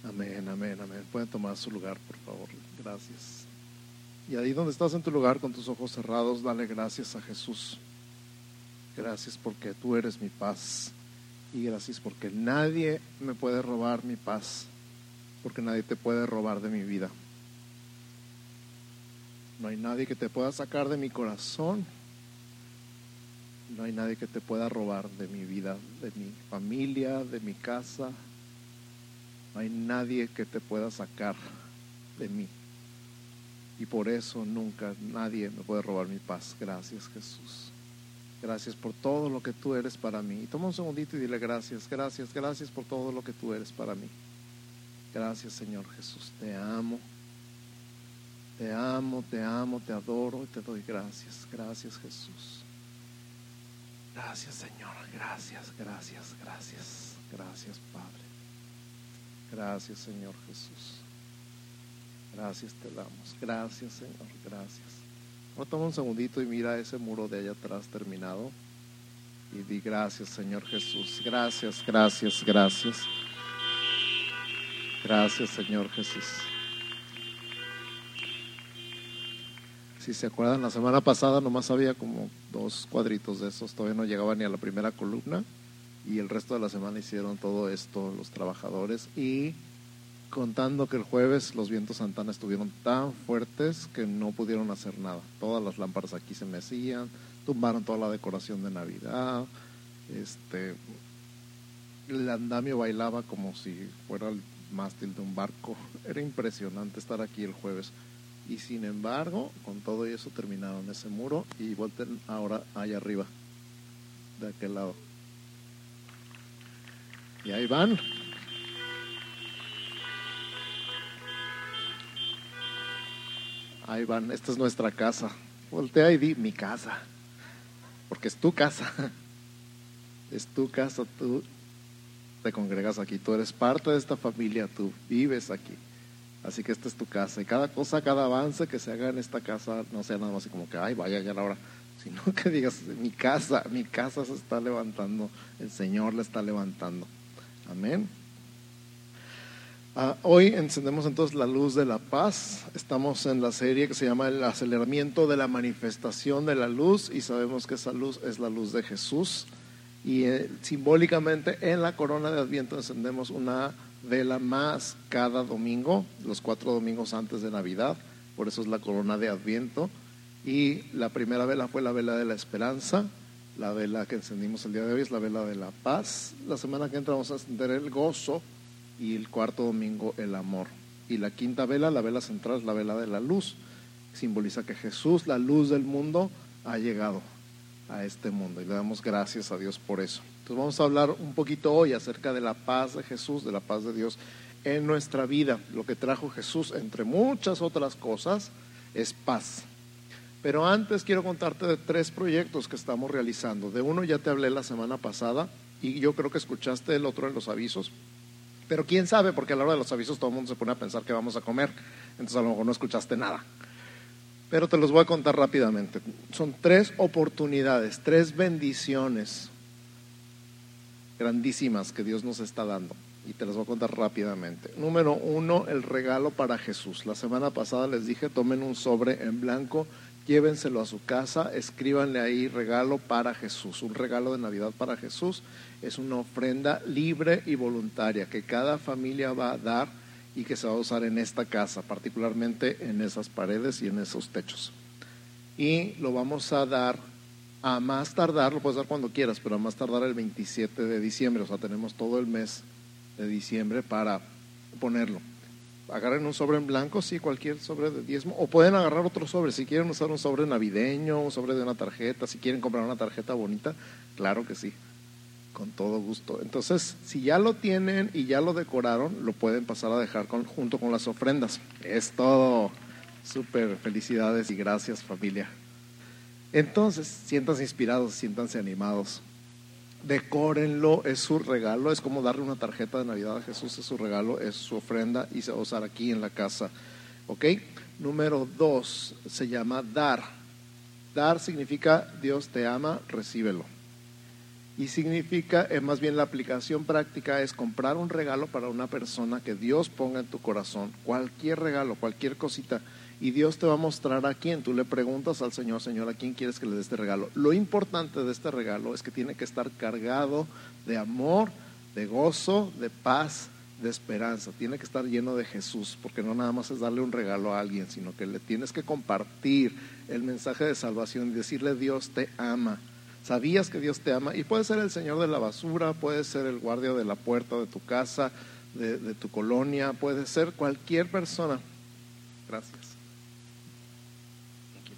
Amén, amén, amén. Pueden tomar su lugar, por favor. Gracias. Y ahí donde estás en tu lugar con tus ojos cerrados, dale gracias a Jesús. Gracias porque tú eres mi paz. Y gracias porque nadie me puede robar mi paz. Porque nadie te puede robar de mi vida. No hay nadie que te pueda sacar de mi corazón. No hay nadie que te pueda robar de mi vida, de mi familia, de mi casa. No hay nadie que te pueda sacar de mí. Y por eso nunca nadie me puede robar mi paz. Gracias, Jesús. Gracias por todo lo que tú eres para mí. Y toma un segundito y dile gracias, gracias, gracias por todo lo que tú eres para mí. Gracias, Señor Jesús. Te amo. Te amo, te amo, te adoro y te doy gracias. Gracias, Jesús. Gracias, Señor. Gracias, gracias, gracias. Gracias, Padre. Gracias, Señor Jesús. Gracias te damos. Gracias, Señor. Gracias. Ahora toma un segundito y mira ese muro de allá atrás terminado y di gracias, Señor Jesús. Gracias, gracias, gracias. Gracias, Señor Jesús. Si se acuerdan, la semana pasada nomás había como 2 cuadritos de esos, todavía no llegaba ni a la primera columna, y el resto de la semana hicieron todo esto los trabajadores, y contando que el jueves los vientos Santana estuvieron tan fuertes que no pudieron hacer nada. Todas las lámparas aquí se mecían, tumbaron toda la decoración de Navidad, el andamio bailaba como si fuera el mástil de un barco. Era impresionante estar aquí el jueves. Y sin embargo, con todo eso terminaron ese muro y vuelten ahora allá arriba, de aquel lado. Y ahí van. Ahí van, esta es nuestra casa. Voltea y di, mi casa. Porque es tu casa. Es tu casa, tú te congregas aquí, tú eres parte de esta familia, tú vives aquí. Así que esta es tu casa. Y cada cosa, cada avance que se haga en esta casa, no sea nada más así como que, ay, vaya ya la hora, sino que digas, mi casa se está levantando, el Señor la está levantando. Amén. Hoy encendemos entonces la luz de la paz. Estamos en la serie que se llama el aceleramiento de la manifestación de la luz, y sabemos que esa luz es la luz de Jesús. Y simbólicamente en la corona de Adviento encendemos una vela más cada domingo, los 4 domingos antes de Navidad. Por eso es la corona de Adviento. Y la primera vela fue la vela de la esperanza. La vela que encendimos el día de hoy es la vela de la paz. La semana que entra vamos a encender el gozo, y el 4º domingo el amor. Y la 5ª vela, la vela central, es la vela de la luz. Simboliza que Jesús, la luz del mundo, ha llegado a este mundo, y le damos gracias a Dios por eso. Entonces vamos a hablar un poquito hoy acerca de la paz de Jesús, de la paz de Dios en nuestra vida. Lo que trajo Jesús, entre muchas otras cosas, es paz. Pero antes quiero contarte de 3 proyectos que estamos realizando. De uno ya te hablé la semana pasada, y yo creo que escuchaste el otro en los avisos. Pero quién sabe, porque a la hora de los avisos todo el mundo se pone a pensar que vamos a comer, entonces a lo mejor no escuchaste nada. Pero te los voy a contar rápidamente. Son 3 oportunidades, 3 bendiciones grandísimas que Dios nos está dando, y te las voy a contar rápidamente. Número 1, el regalo para Jesús. La semana pasada les dije, tomen un sobre en blanco, llévenselo a su casa, escríbanle ahí regalo para Jesús. Un regalo de Navidad para Jesús es una ofrenda libre y voluntaria que cada familia va a dar y que se va a usar en esta casa, particularmente en esas paredes y en esos techos. Y lo vamos a dar a más tardar, lo puedes dar cuando quieras, pero a más tardar el 27 de diciembre, o sea, tenemos todo el mes de diciembre para ponerlo. Agarren un sobre en blanco, sí, cualquier sobre de diezmo, o pueden agarrar otro sobre, si quieren usar un sobre navideño, un sobre de una tarjeta, si quieren comprar una tarjeta bonita, claro que sí, con todo gusto. Entonces, si ya lo tienen y ya lo decoraron, lo pueden pasar a dejar junto con las ofrendas. Es todo. Súper, felicidades y gracias, familia. Entonces, siéntanse inspirados, siéntanse animados. Decórenlo, es su regalo, es como darle una tarjeta de Navidad a Jesús, es su regalo, es su ofrenda, y se va a usar aquí en la casa. ¿Ok? Número 2 se llama dar. Dar significa Dios te ama, recíbelo. Y significa, más bien la aplicación práctica es comprar un regalo para una persona que Dios ponga en tu corazón, cualquier regalo, cualquier cosita, y Dios te va a mostrar a quién. Tú le preguntas al Señor, Señor, ¿a quién quieres que le dé este regalo? Lo importante de este regalo es que tiene que estar cargado de amor, de gozo, de paz, de esperanza. Tiene que estar lleno de Jesús, porque no nada más es darle un regalo a alguien, sino que le tienes que compartir el mensaje de salvación y decirle: Dios te ama. ¿Sabías que Dios te ama? Y puede ser el señor de la basura, puede ser el guardia de la puerta de tu casa, de tu colonia, puede ser cualquier persona. Gracias. Thank you.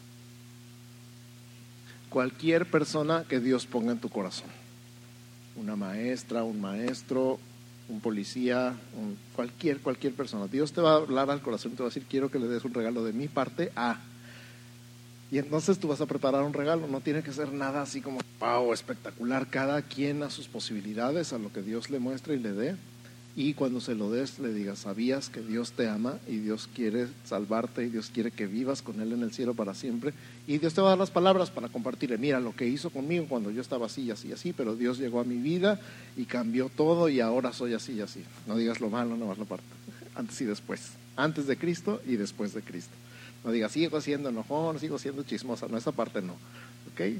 Cualquier persona que Dios ponga en tu corazón. Una maestra, un maestro, un policía, cualquier persona. Dios te va a hablar al corazón y te va a decir: quiero que le des un regalo de mi parte a... Y entonces tú vas a preparar un regalo. No tiene que ser nada así como wow, espectacular. Cada quien a sus posibilidades, a lo que Dios le muestre y le dé. Y cuando se lo des, le digas: sabías que Dios te ama y Dios quiere salvarte y Dios quiere que vivas con Él en el cielo para siempre. Y Dios te va a dar las palabras para compartirle: mira lo que hizo conmigo cuando yo estaba así y así y así, pero Dios llegó a mi vida y cambió todo y ahora soy así y así. No digas lo malo, no más la parte. Antes y después. Antes de Cristo y después de Cristo. No digas: sigo siendo enojón, sigo siendo chismosa. No, esa parte no. ¿Ok?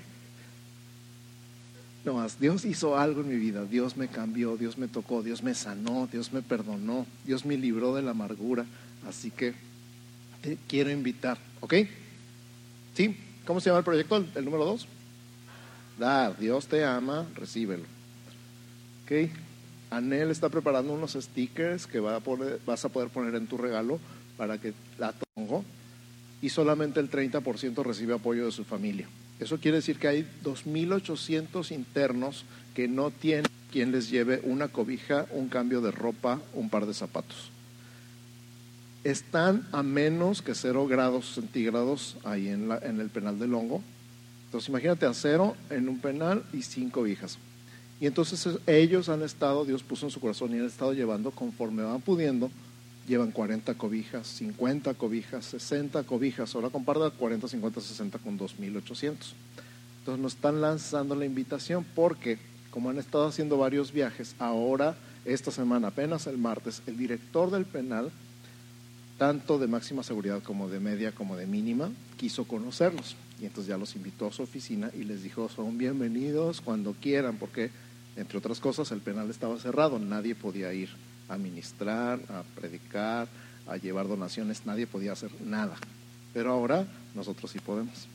No más, Dios hizo algo en mi vida. Dios me cambió, Dios me tocó, Dios me sanó, Dios me perdonó, Dios me libró de la amargura. Así que te quiero invitar. ¿Ok? ¿Sí? ¿Cómo se llama el proyecto? El número 2. Dar. Dios te ama, recíbelo. ¿Ok? Anel está preparando unos stickers que vas a poder poner en tu regalo para que la pongo. Y solamente el 30% recibe apoyo de su familia. Eso quiere decir que hay 2,800 internos que no tienen quien les lleve una cobija, un cambio de ropa, un par de zapatos. Están a menos que 0 grados centígrados ahí en el penal del Hongo. Entonces imagínate a 0 en un penal y 5 cobijas. Y entonces ellos han estado, Dios puso en su corazón y han estado llevando conforme van pudiendo. Llevan 40 cobijas, 50 cobijas, 60 cobijas. Ahora compara 40, 50, 60 con 2,800. Entonces nos están lanzando la invitación porque, como han estado haciendo varios viajes, ahora, esta semana, apenas el martes, el director del penal, tanto de máxima seguridad como de media como de mínima, quiso conocerlos. Y entonces ya los invitó a su oficina y les dijo: son bienvenidos cuando quieran, porque, entre otras cosas, el penal estaba cerrado, nadie podía ir a ministrar, a predicar, a llevar donaciones, nadie podía hacer nada. Pero ahora nosotros sí podemos.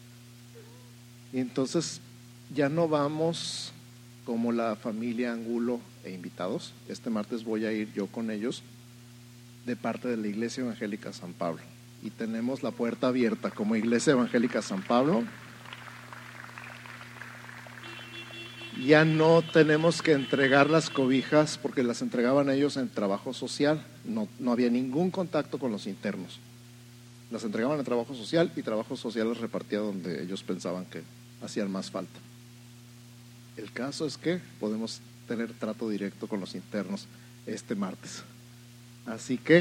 Y entonces ya no vamos como la familia Angulo e invitados. Este martes voy a ir yo con ellos de parte de la Iglesia Evangélica San Pablo. Y tenemos la puerta abierta como Iglesia Evangélica San Pablo. Ya no tenemos que entregar las cobijas porque las entregaban ellos en trabajo social. No había ningún contacto con los internos. Las entregaban en trabajo social y trabajo social las repartía donde ellos pensaban que hacían más falta. El caso es que podemos tener trato directo con los internos este martes. Así que,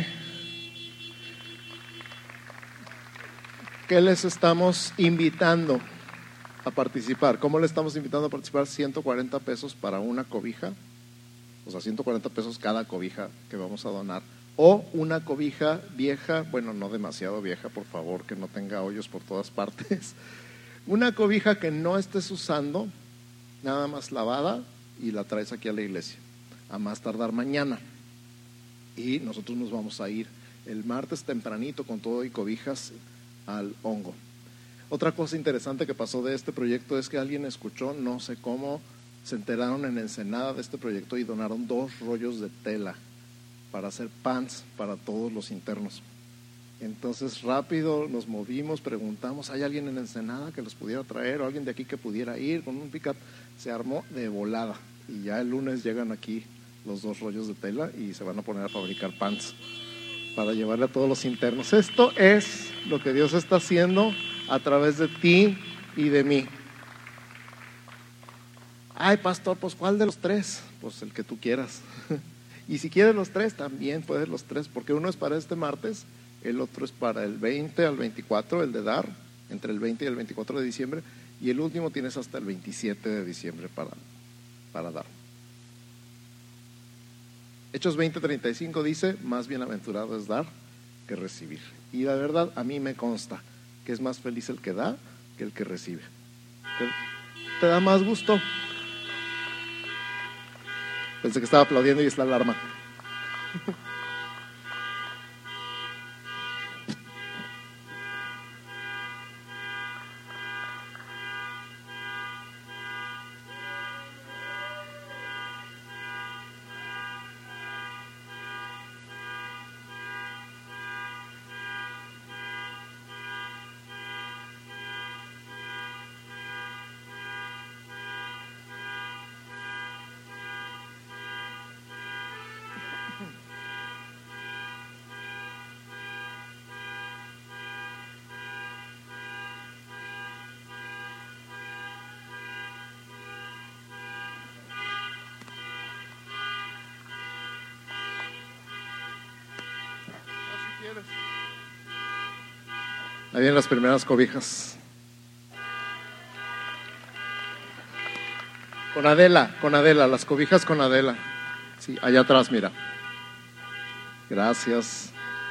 ¿qué les estamos invitando a participar? ¿Cómo le estamos invitando a participar? 140 pesos para una cobija, o sea, 140 pesos cada cobija que vamos a donar, o una cobija vieja, bueno, no demasiado vieja, por favor, que no tenga hoyos por todas partes, una cobija que no estés usando, nada más lavada, y la traes aquí a la iglesia, a más tardar mañana, y nosotros nos vamos a ir el martes tempranito con todo y cobijas al Hongo. Otra cosa interesante que pasó de este proyecto es que alguien escuchó, no sé cómo, se enteraron en Ensenada de este proyecto y donaron 2 rollos de tela para hacer pants para todos los internos. Entonces rápido nos movimos, preguntamos: ¿hay alguien en Ensenada que los pudiera traer o alguien de aquí que pudiera ir? Con un pick-up se armó de volada y ya el lunes llegan aquí los 2 rollos de tela y se van a poner a fabricar pants para llevarle a todos los internos. Esto es lo que Dios está haciendo a través de ti y de mí. Ay, pastor, pues ¿cuál de los 3? Pues el que tú quieras. Y si quieres los 3, también puedes los 3, porque uno es para este martes, el otro es para el 20 al 24, el de dar, entre el 20 y el 24 de diciembre, Y el último tienes hasta el 27 de diciembre para dar. Hechos 20:35 dice: más bienaventurado es dar que recibir. Y la verdad, a mí me consta que es más feliz el que da que el que recibe. ¿Te da más gusto? Pensé que estaba aplaudiendo y es la alarma. Ahí vienen las primeras cobijas. Con Adela, las cobijas con Adela. Sí, allá atrás, mira. Gracias.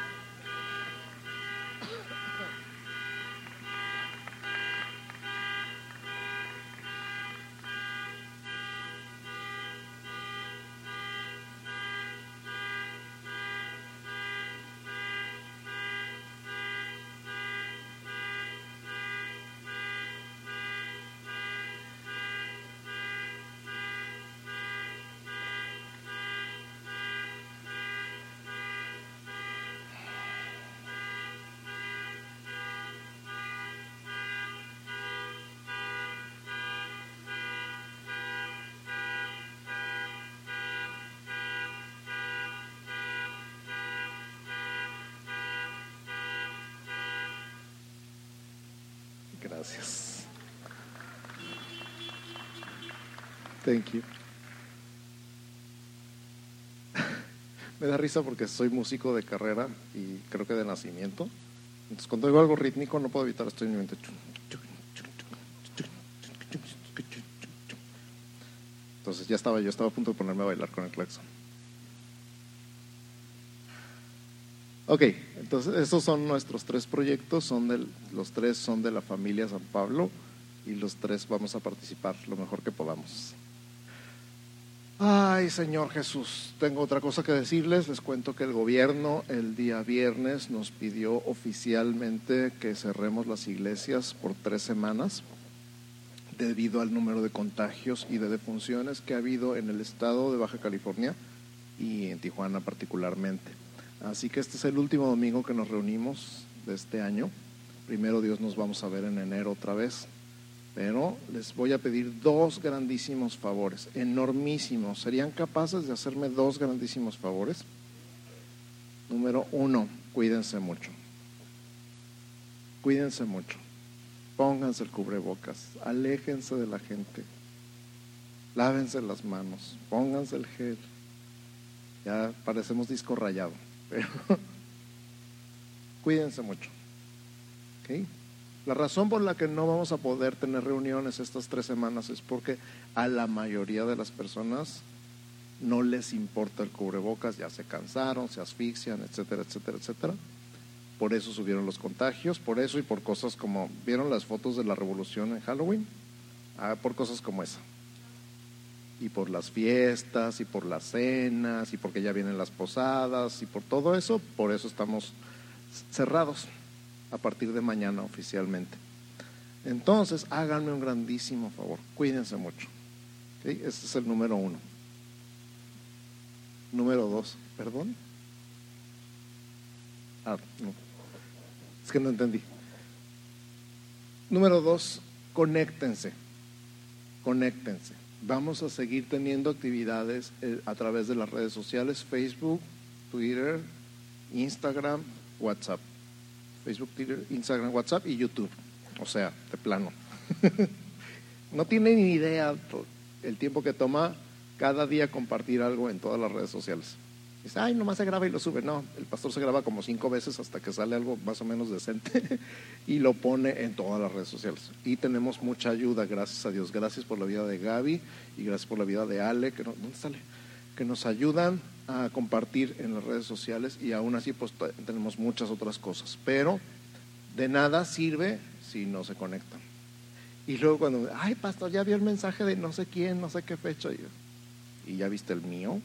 Gracias. Thank you. Me da risa porque soy músico de carrera y creo que de nacimiento. Entonces cuando oigo algo rítmico no puedo evitar, estoy en mi mente. Entonces yo estaba a punto de ponerme a bailar con el claxon. Ok, entonces esos son nuestros 3 proyectos, los 3 son de la familia San Pablo y los 3 vamos a participar lo mejor que podamos. Ay, Señor Jesús, tengo otra cosa que decirles. Les cuento que el gobierno el día viernes nos pidió oficialmente que cerremos las iglesias por 3 semanas debido al número de contagios y de defunciones que ha habido en el estado de Baja California y en Tijuana particularmente. Así que este es el último domingo que nos reunimos de este año. Primero Dios, nos vamos a ver en enero otra vez. Pero les voy a pedir 2 grandísimos favores, enormísimos. ¿Serían capaces de hacerme 2 grandísimos favores? Número 1, cuídense mucho. Cuídense mucho. Pónganse el cubrebocas, aléjense de la gente. Lávense las manos, pónganse el gel. Ya parecemos disco rayado. Pero cuídense mucho. ¿Okay? La razón por la que no vamos a poder tener reuniones estas 3 semanas es porque a la mayoría de las personas no les importa el cubrebocas, ya se cansaron, se asfixian, etcétera, etcétera, etcétera. Por eso subieron los contagios, por eso y por cosas como, ¿vieron las fotos de la revolución en Halloween? Por cosas como esa. Y por las fiestas, y por las cenas, y porque ya vienen las posadas, y por todo eso, por eso estamos cerrados a partir de mañana oficialmente. Entonces, háganme un grandísimo favor, cuídense mucho. ¿Okay? Este es el número 1. Número 2, ¿perdón? No, es que no entendí. Número 2, conéctense. Vamos a seguir teniendo actividades a través de las redes sociales, Facebook, Twitter, Instagram, WhatsApp. Facebook, Twitter, Instagram, WhatsApp y YouTube. O sea, de plano. No tienen ni idea el tiempo que toma cada día compartir algo en todas las redes sociales. Dice, ay, nomás se graba y lo sube. No, el pastor se graba como 5 veces hasta que sale algo más o menos decente y lo pone en todas las redes sociales. Y tenemos mucha ayuda, gracias a Dios. Gracias por la vida de Gaby y gracias por la vida de Ale, ¿dónde sale? Que nos ayudan a compartir en las redes sociales, y aún así pues tenemos muchas otras cosas. Pero de nada sirve si no se conectan. Y luego cuando, ay, pastor, ya vio el mensaje de no sé quién, no sé qué fecha. ¿Y ya viste el mío?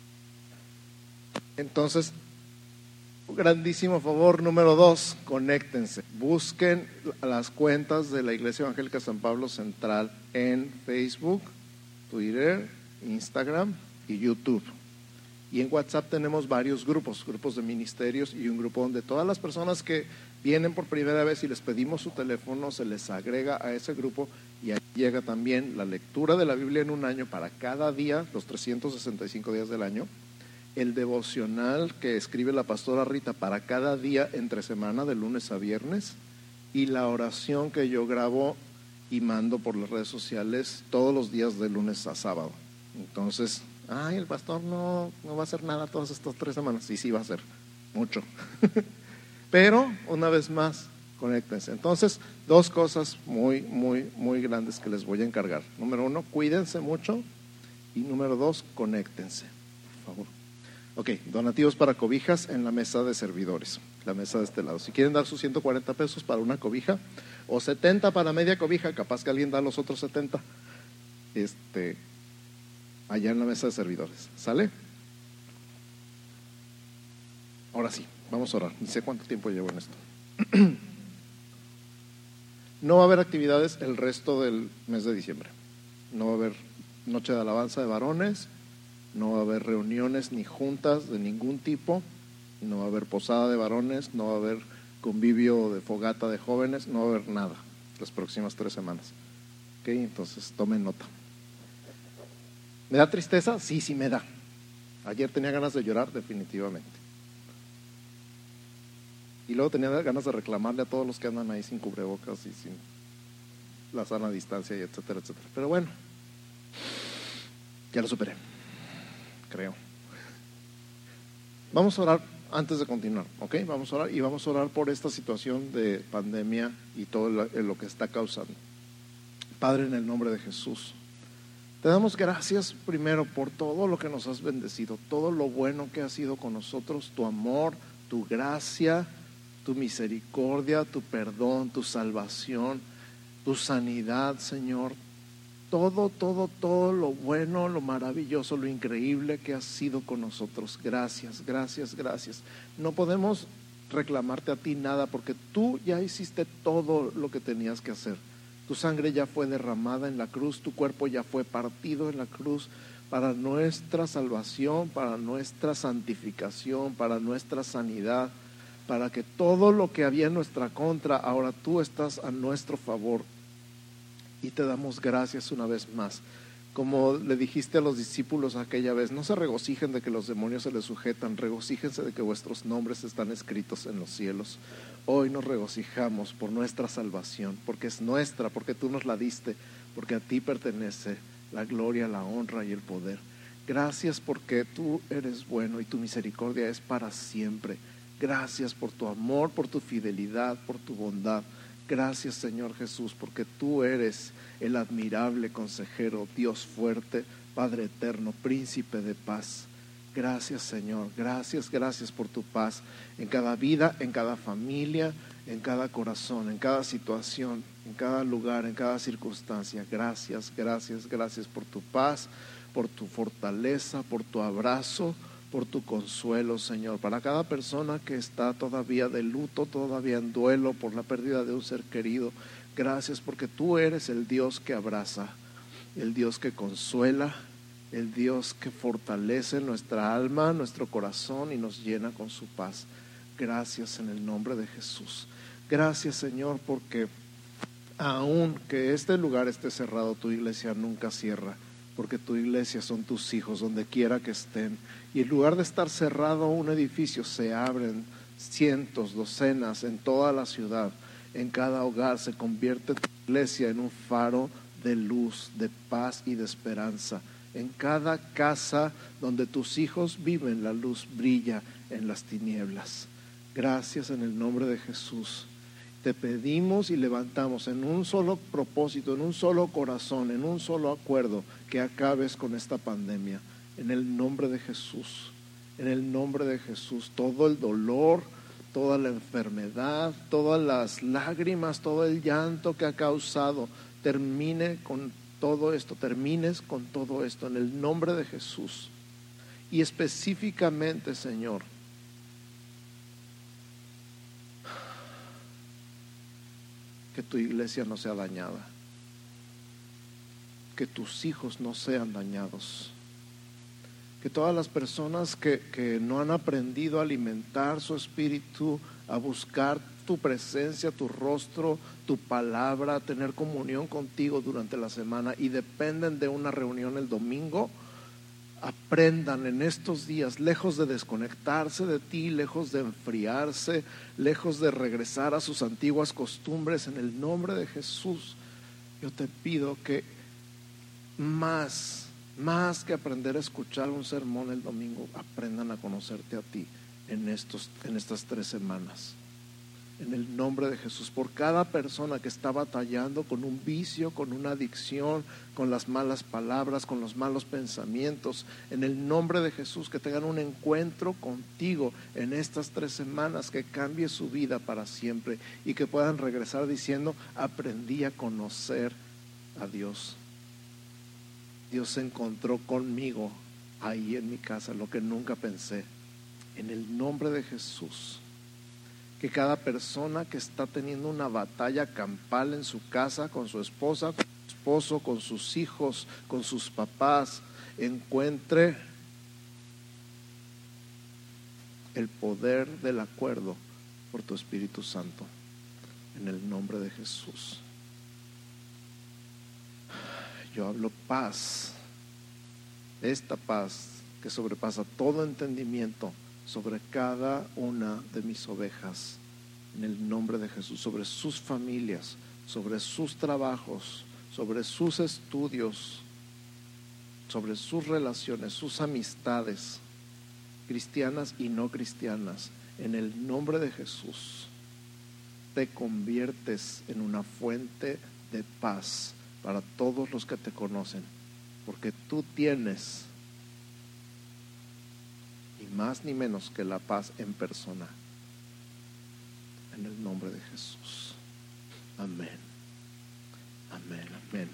Entonces, grandísimo favor número 2, conéctense, busquen las cuentas de la Iglesia Evangélica San Pablo Central en Facebook, Twitter, Instagram y YouTube. Y en WhatsApp tenemos varios grupos de ministerios y un grupo donde todas las personas que vienen por primera vez y les pedimos su teléfono, se les agrega a ese grupo, y ahí llega también la lectura de la Biblia en un año para cada día, los 365 días del año, el devocional que escribe la pastora Rita para cada día entre semana, de lunes a viernes, y la oración que yo grabo y mando por las redes sociales todos los días de lunes a sábado. Entonces, ay, el pastor no va a hacer nada todas estas 3 semanas. Sí va a hacer mucho. Pero, una vez más, conéctense. Entonces, 2 cosas muy, muy, muy grandes que les voy a encargar. Número 1, cuídense mucho. Y número 2, conéctense, por favor. Ok, donativos para cobijas en la mesa de servidores, la mesa de este lado. Si quieren dar sus 140 pesos para una cobija, o 70 para media cobija, capaz que alguien da los otros 70, allá en la mesa de servidores, ¿sale? Ahora sí, vamos a orar. Ni sé cuánto tiempo llevo en esto. No va a haber actividades el resto del mes de diciembre. No va a haber noche de alabanza de varones, no va a haber reuniones ni juntas de ningún tipo, no va a haber posada de varones, no va a haber convivio de fogata de jóvenes, no va a haber nada las próximas 3 semanas. Ok, entonces tomen nota. ¿Me da tristeza? Sí me da. Ayer tenía ganas de llorar, definitivamente. Y luego tenía ganas de reclamarle a todos los que andan ahí sin cubrebocas y sin la sana distancia y etcétera, etcétera. Pero bueno, ya lo superé, creo. Vamos a orar antes de continuar, ¿ok? Vamos a orar, y vamos a orar por esta situación de pandemia y todo lo que está causando. Padre, en el nombre de Jesús, te damos gracias primero por todo lo que nos has bendecido, todo lo bueno que has sido con nosotros, tu amor, tu gracia, tu misericordia, tu perdón, tu salvación, tu sanidad, Señor. Todo lo bueno, lo maravilloso, lo increíble que has sido con nosotros. Gracias, gracias, gracias. No podemos reclamarte a ti nada porque tú ya hiciste todo lo que tenías que hacer. Tu sangre ya fue derramada en la cruz, tu cuerpo ya fue partido en la cruz para nuestra salvación, para nuestra santificación, para nuestra sanidad, para que todo lo que había en nuestra contra, ahora tú estás a nuestro favor. Y te damos gracias una vez más. Como le dijiste a los discípulos aquella vez, no se regocijen de que los demonios se les sujetan, regocíjense de que vuestros nombres están escritos en los cielos. Hoy nos regocijamos por nuestra salvación, porque es nuestra, porque tú nos la diste, porque a ti pertenece la gloria, la honra y el poder. Gracias porque tú eres bueno y tu misericordia es para siempre. Gracias por tu amor, por tu fidelidad, por tu bondad. Gracias, Señor Jesús, porque tú eres el admirable consejero, Dios fuerte, Padre eterno, príncipe de paz. Gracias, Señor, gracias por tu paz en cada vida, en cada familia, en cada corazón, en cada situación, en cada lugar, en cada circunstancia. Gracias por tu paz, por tu fortaleza, por tu abrazo, por tu consuelo, Señor, para cada persona que está todavía de luto, todavía en duelo por la pérdida de un ser querido. Gracias porque tú eres el Dios que abraza, el Dios que consuela, el Dios que fortalece nuestra alma, nuestro corazón y nos llena con su paz. Gracias en el nombre de Jesús. Gracias, Señor, porque aun que este lugar esté cerrado, tu iglesia nunca cierra, porque tu iglesia son tus hijos donde quiera que estén. Y en lugar de estar cerrado un edificio, se abren cientos, docenas en toda la ciudad. En cada hogar se convierte tu iglesia en un faro de luz, de paz y de esperanza. En cada casa donde tus hijos viven, la luz brilla en las tinieblas. Gracias en el nombre de Jesús. Te pedimos y levantamos en un solo propósito, en un solo corazón, en un solo acuerdo, que acabes con esta pandemia. En el nombre de Jesús, en el nombre de Jesús, todo el dolor, toda la enfermedad, todas las lágrimas, todo el llanto que ha causado, termine con todo esto, termines con todo esto en el nombre de Jesús. Y específicamente, Señor, que tu iglesia no sea dañada, que tus hijos no sean dañados, que todas las personas que no han aprendido a alimentar su espíritu, a buscar tu presencia, tu rostro, tu palabra, a tener comunión contigo durante la semana y dependen de una reunión el domingo, aprendan en estos días, lejos de desconectarse de ti, lejos de enfriarse, lejos de regresar a sus antiguas costumbres, en el nombre de Jesús. Yo te pido que más que aprender a escuchar un sermón el domingo, aprendan a conocerte a ti en estas 3 semanas. En el nombre de Jesús, por cada persona que está batallando con un vicio, con una adicción, con las malas palabras, con los malos pensamientos, en el nombre de Jesús, que tengan un encuentro contigo en estas 3 semanas, que cambie su vida para siempre y que puedan regresar diciendo: aprendí a conocer a Dios. Dios se encontró conmigo ahí en mi casa, lo que nunca pensé. En el nombre de Jesús, que cada persona que está teniendo una batalla campal en su casa, con su esposa, con su esposo, con sus hijos, con sus papás, encuentre el poder del acuerdo por tu Espíritu Santo, en el nombre de Jesús. Yo hablo paz, esta paz que sobrepasa todo entendimiento, sobre cada una de mis ovejas, en el nombre de Jesús, sobre sus familias, sobre sus trabajos, sobre sus estudios, sobre sus relaciones, sus amistades, cristianas y no cristianas. En el nombre de Jesús, te conviertes en una fuente de paz para todos los que te conocen, porque tú tienes ni más ni menos que la paz en persona, en el nombre de Jesús. Amén, amén, amén.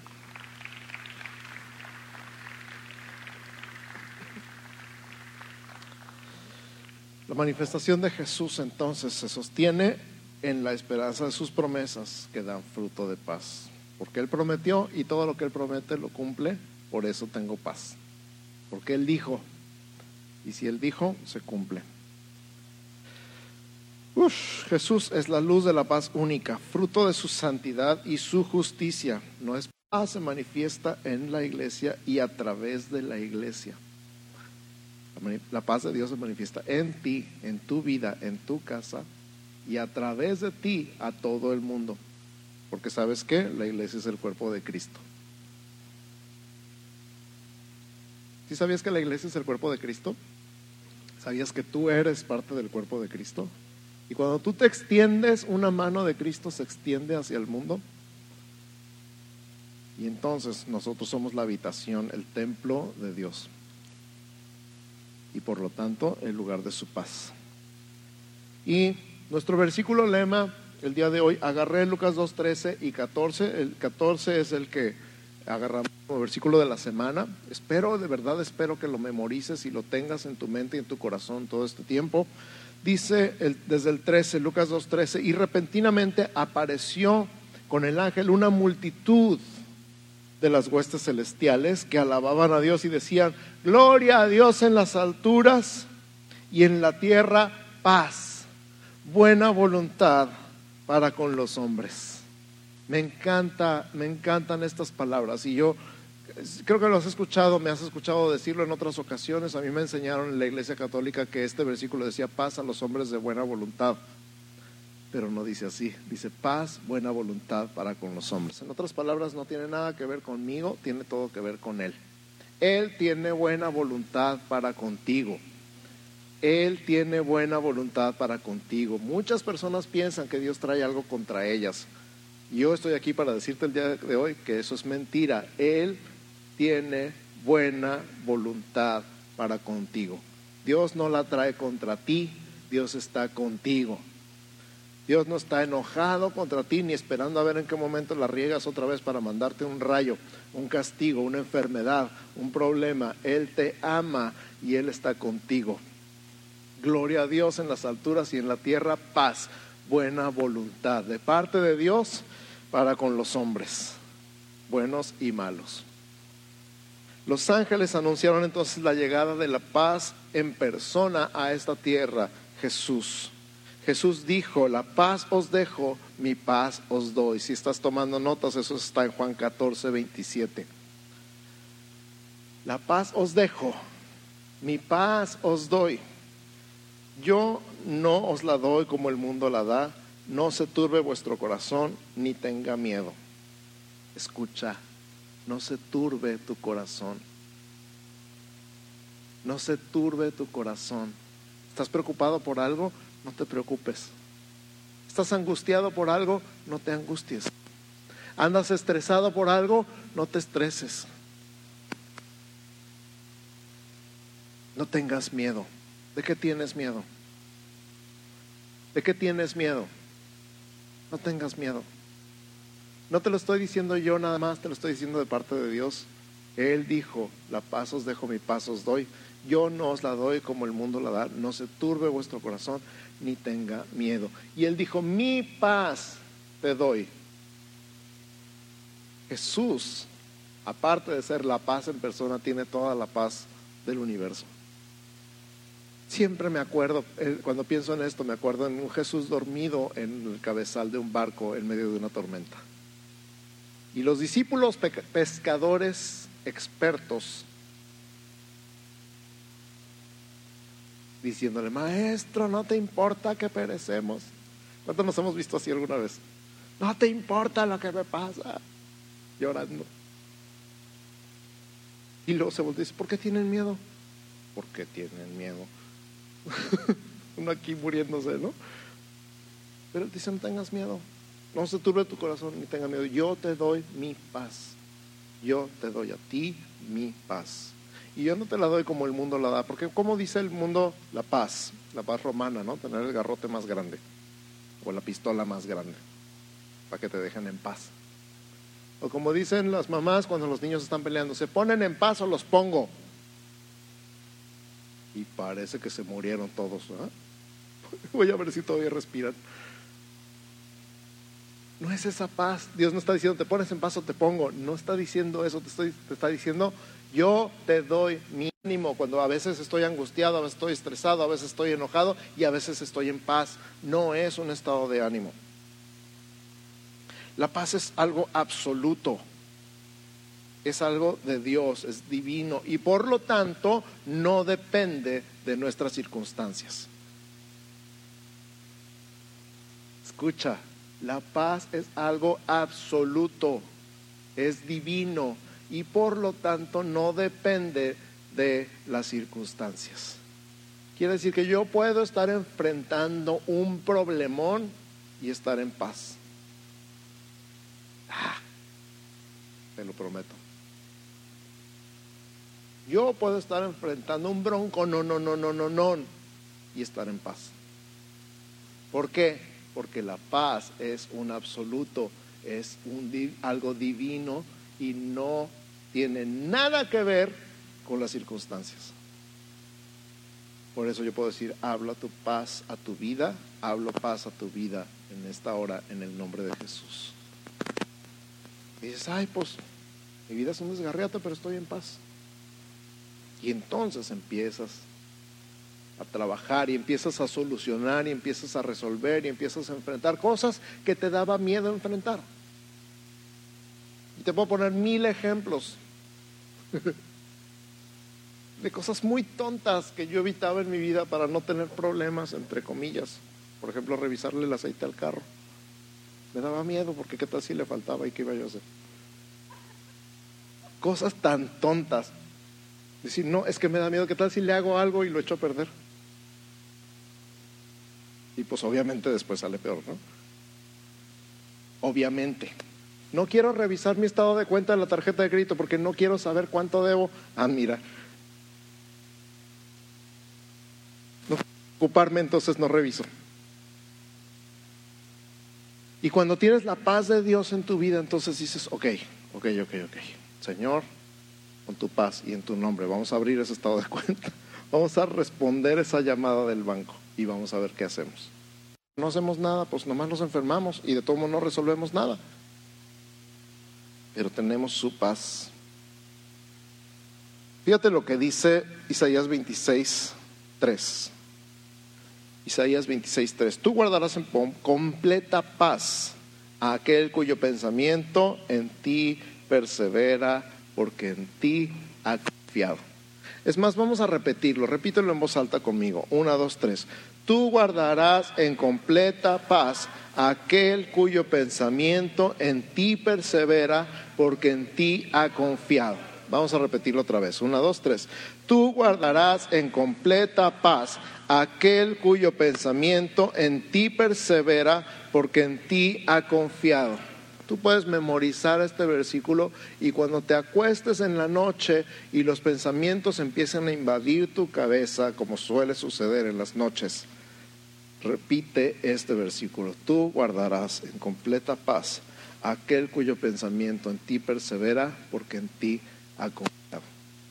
La manifestación de Jesús entonces se sostiene en la esperanza de sus promesas, que dan fruto de paz, porque Él prometió y todo lo que Él promete lo cumple. Por eso tengo paz, porque Él dijo, y si Él dijo, se cumple. Jesús es la luz de la paz única, fruto de su santidad y su justicia. No es paz, se manifiesta en la iglesia y a través de la iglesia. La paz de Dios se manifiesta en ti, en tu vida, en tu casa y a través de ti a todo el mundo. Porque ¿sabes qué? La iglesia es el cuerpo de Cristo. ¿Sí sabías que la iglesia es el cuerpo de Cristo? ¿Sabías que tú eres parte del cuerpo de Cristo? Y cuando tú te extiendes, una mano de Cristo se extiende hacia el mundo. Y entonces nosotros somos la habitación, el templo de Dios. Y por lo tanto, el lugar de su paz. Y nuestro versículo lema el día de hoy, agarré Lucas 2, 13 y 14. El 14 es el que agarramos como versículo de la semana. De verdad espero que lo memorices y lo tengas en tu mente y en tu corazón todo este tiempo. Dice desde el 13, Lucas 2, 13, y repentinamente apareció con el ángel una multitud de las huestes celestiales que alababan a Dios y decían: gloria a Dios en las alturas y en la tierra paz, buena voluntad para con los hombres. Me encantan estas palabras, y yo creo que lo has escuchado, me has escuchado decirlo en otras ocasiones. A mí me enseñaron en la Iglesia Católica que este versículo decía paz a los hombres de buena voluntad, pero no dice así, dice paz, buena voluntad para con los hombres. En otras palabras, no tiene nada que ver conmigo, tiene todo que ver con Él. Él tiene buena voluntad para contigo. Él tiene buena voluntad para contigo. Muchas personas piensan que Dios trae algo contra ellas. Yo estoy aquí para decirte el día de hoy que eso es mentira. Él tiene buena voluntad para contigo. Dios no la trae contra ti, Dios está contigo. Dios no está enojado contra ti ni esperando a ver en qué momento la riegas otra vez para mandarte un rayo, un castigo, una enfermedad, un problema. Él te ama y Él está contigo. Gloria a Dios en las alturas y en la tierra, paz, buena voluntad de parte de Dios para con los hombres, buenos y malos. Los ángeles anunciaron entonces la llegada de la paz en persona a esta tierra, Jesús. Jesús dijo, la paz os dejo, mi paz os doy. Si estás tomando notas, eso está en Juan 14, 27. La paz os dejo, mi paz os doy. Yo no os la doy como el mundo la da. No se turbe vuestro corazón, ni tenga miedo. Escucha, no se turbe tu corazón. No se turbe tu corazón. ¿Estás preocupado por algo? No te preocupes. ¿Estás angustiado por algo? No te angusties. ¿Andas estresado por algo? No te estreses. No tengas miedo. ¿De qué tienes miedo? ¿De qué tienes miedo? No tengas miedo. No te lo estoy diciendo yo nada más, te lo estoy diciendo de parte de Dios. Él dijo, la paz os dejo, mi paz os doy. Yo no os la doy como el mundo la da. No se turbe vuestro corazón, ni tenga miedo. Y Él dijo, mi paz te doy. Jesús, aparte de ser la paz en persona, tiene toda la paz del universo. Siempre me acuerdo, cuando pienso en esto, me acuerdo en un Jesús dormido en el cabezal de un barco en medio de una tormenta. Y los discípulos pescadores expertos diciéndole, maestro, ¿no te importa que perecemos? ¿Cuántos nos hemos visto así alguna vez? No te importa lo que me pasa, llorando. Y luego se voltea y dice, ¿por qué tienen miedo? ¿Por qué tienen miedo? Uno aquí muriéndose, ¿no? Pero él dice, no tengas miedo, no se turbe tu corazón ni tenga miedo. Yo te doy mi paz. Yo te doy a ti mi paz. Y yo no te la doy como el mundo la da, porque como dice el mundo, la paz romana, ¿no? Tener el garrote más grande o la pistola más grande para que te dejen en paz. O como dicen las mamás cuando los niños están peleando, ¿se ponen en paz o los pongo? Y parece que se murieron todos, ¿eh? Voy a ver si todavía respiran. No es esa paz. Dios no está diciendo te pones en paz o te pongo. No está diciendo eso. Te está diciendo yo te doy mi ánimo cuando a veces estoy angustiado, a veces estoy estresado, a veces estoy enojado y a veces estoy en paz. No es un estado de ánimo. La paz es algo absoluto. Es algo de Dios, es divino y por lo tanto no depende de nuestras circunstancias. Escucha, la paz es algo absoluto, es divino y por lo tanto no depende de las circunstancias. Quiere decir que yo puedo estar enfrentando un problemón y estar en paz. Te lo prometo. Yo puedo estar enfrentando un bronco, no, y estar en paz. ¿Por qué? Porque la paz es un absoluto, es algo divino y no tiene nada que ver con las circunstancias. Por eso yo puedo decir, habla tu paz a tu vida, hablo paz a tu vida en esta hora, en el nombre de Jesús. Y dices, ay, pues mi vida es un desgarriate, pero estoy en paz. Y entonces empiezas a trabajar y empiezas a solucionar y empiezas a resolver y empiezas a enfrentar cosas que te daba miedo enfrentar. Y te puedo poner 1000 ejemplos de cosas muy tontas que yo evitaba en mi vida para no tener problemas, entre comillas. Por ejemplo, revisarle el aceite al carro. Me daba miedo porque qué tal si le faltaba y qué iba yo a hacer. Cosas tan tontas. Decir, no, es que me da miedo, ¿qué tal si le hago algo y lo echo a perder? Y pues obviamente después sale peor, ¿no? Obviamente. No quiero revisar mi estado de cuenta de la tarjeta de crédito porque no quiero saber cuánto debo. Ah, mira. No ocuparme, entonces no reviso. Y cuando tienes la paz de Dios en tu vida, entonces dices, ok. Señor, con tu paz y en tu nombre, vamos a abrir ese estado de cuenta. Vamos a responder esa llamada del banco y vamos a ver qué hacemos. No hacemos nada, pues nomás nos enfermamos y de todo modo no resolvemos nada. Pero tenemos su paz. Fíjate lo que dice Isaías 26:3. Isaías 26:3. Tú guardarás en completa paz a aquel cuyo pensamiento en ti persevera, porque en ti ha confiado. Es más, vamos a repetirlo, repítelo en voz alta conmigo. 1, 2, 3. Tú guardarás en completa paz a aquel cuyo pensamiento en ti persevera, porque en ti ha confiado. Vamos a repetirlo otra vez. 1, 2, 3. Tú guardarás en completa paz a aquel cuyo pensamiento en ti persevera, porque en ti ha confiado. Tú puedes memorizar este versículo y cuando te acuestes en la noche y los pensamientos empiecen a invadir tu cabeza, como suele suceder en las noches, repite este versículo. Tú guardarás en completa paz a aquel cuyo pensamiento en ti persevera, porque en ti ha confiado.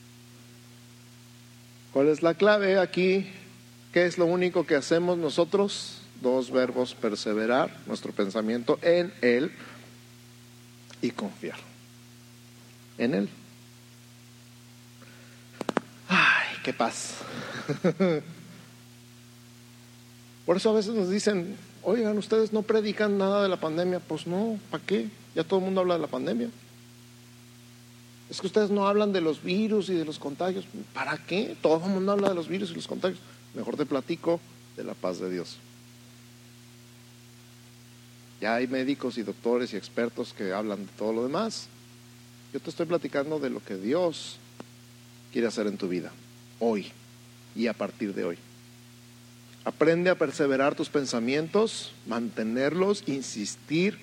¿Cuál es la clave aquí? ¿Qué es lo único que hacemos nosotros? 2 verbos: perseverar, nuestro pensamiento en Él, y confiar en Él. ¡Ay, qué paz! Por eso a veces nos dicen, oigan, ustedes no predican nada de la pandemia. Pues no, ¿para qué? Ya todo el mundo habla de la pandemia. Es que ustedes no hablan de los virus y de los contagios. ¿Para qué? Todo el mundo habla de los virus y los contagios. Mejor te platico de la paz de Dios. Ya hay médicos y doctores y expertos que hablan de todo lo demás. Yo te estoy platicando de lo que Dios quiere hacer en tu vida, hoy y a partir de hoy. Aprende a perseverar tus pensamientos, mantenerlos, insistir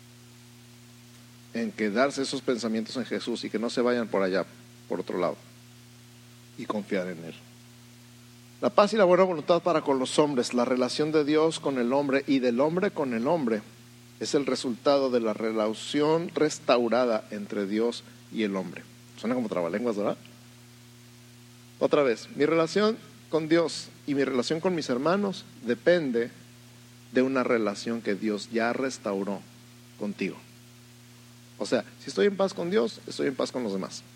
en quedarse esos pensamientos en Jesús y que no se vayan por allá, por otro lado, y confiar en Él. La paz y la buena voluntad para con los hombres, la relación de Dios con el hombre y del hombre con el hombre, es el resultado de la relación restaurada entre Dios y el hombre. Suena como trabalenguas, ¿verdad? Otra vez, mi relación con Dios y mi relación con mis hermanos depende de una relación que Dios ya restauró contigo. O sea, si estoy en paz con Dios, estoy en paz con los demás.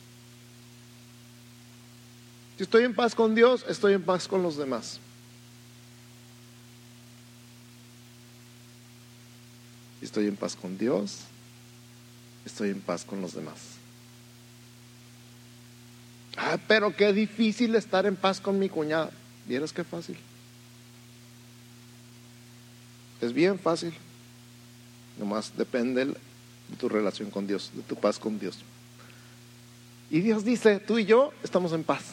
Si estoy en paz con Dios, estoy en paz con los demás. Si estoy en paz con Dios, estoy en paz con los demás. Pero qué difícil estar en paz con mi cuñada. ¿Vieras qué fácil? Es bien fácil. Nomás depende de tu relación con Dios, de tu paz con Dios. Y Dios dice, tú y yo estamos en paz.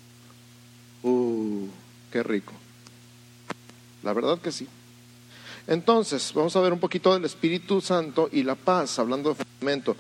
Qué rico. La verdad que sí. Entonces, vamos a ver un poquito del Espíritu Santo y la paz, hablando de fundamento.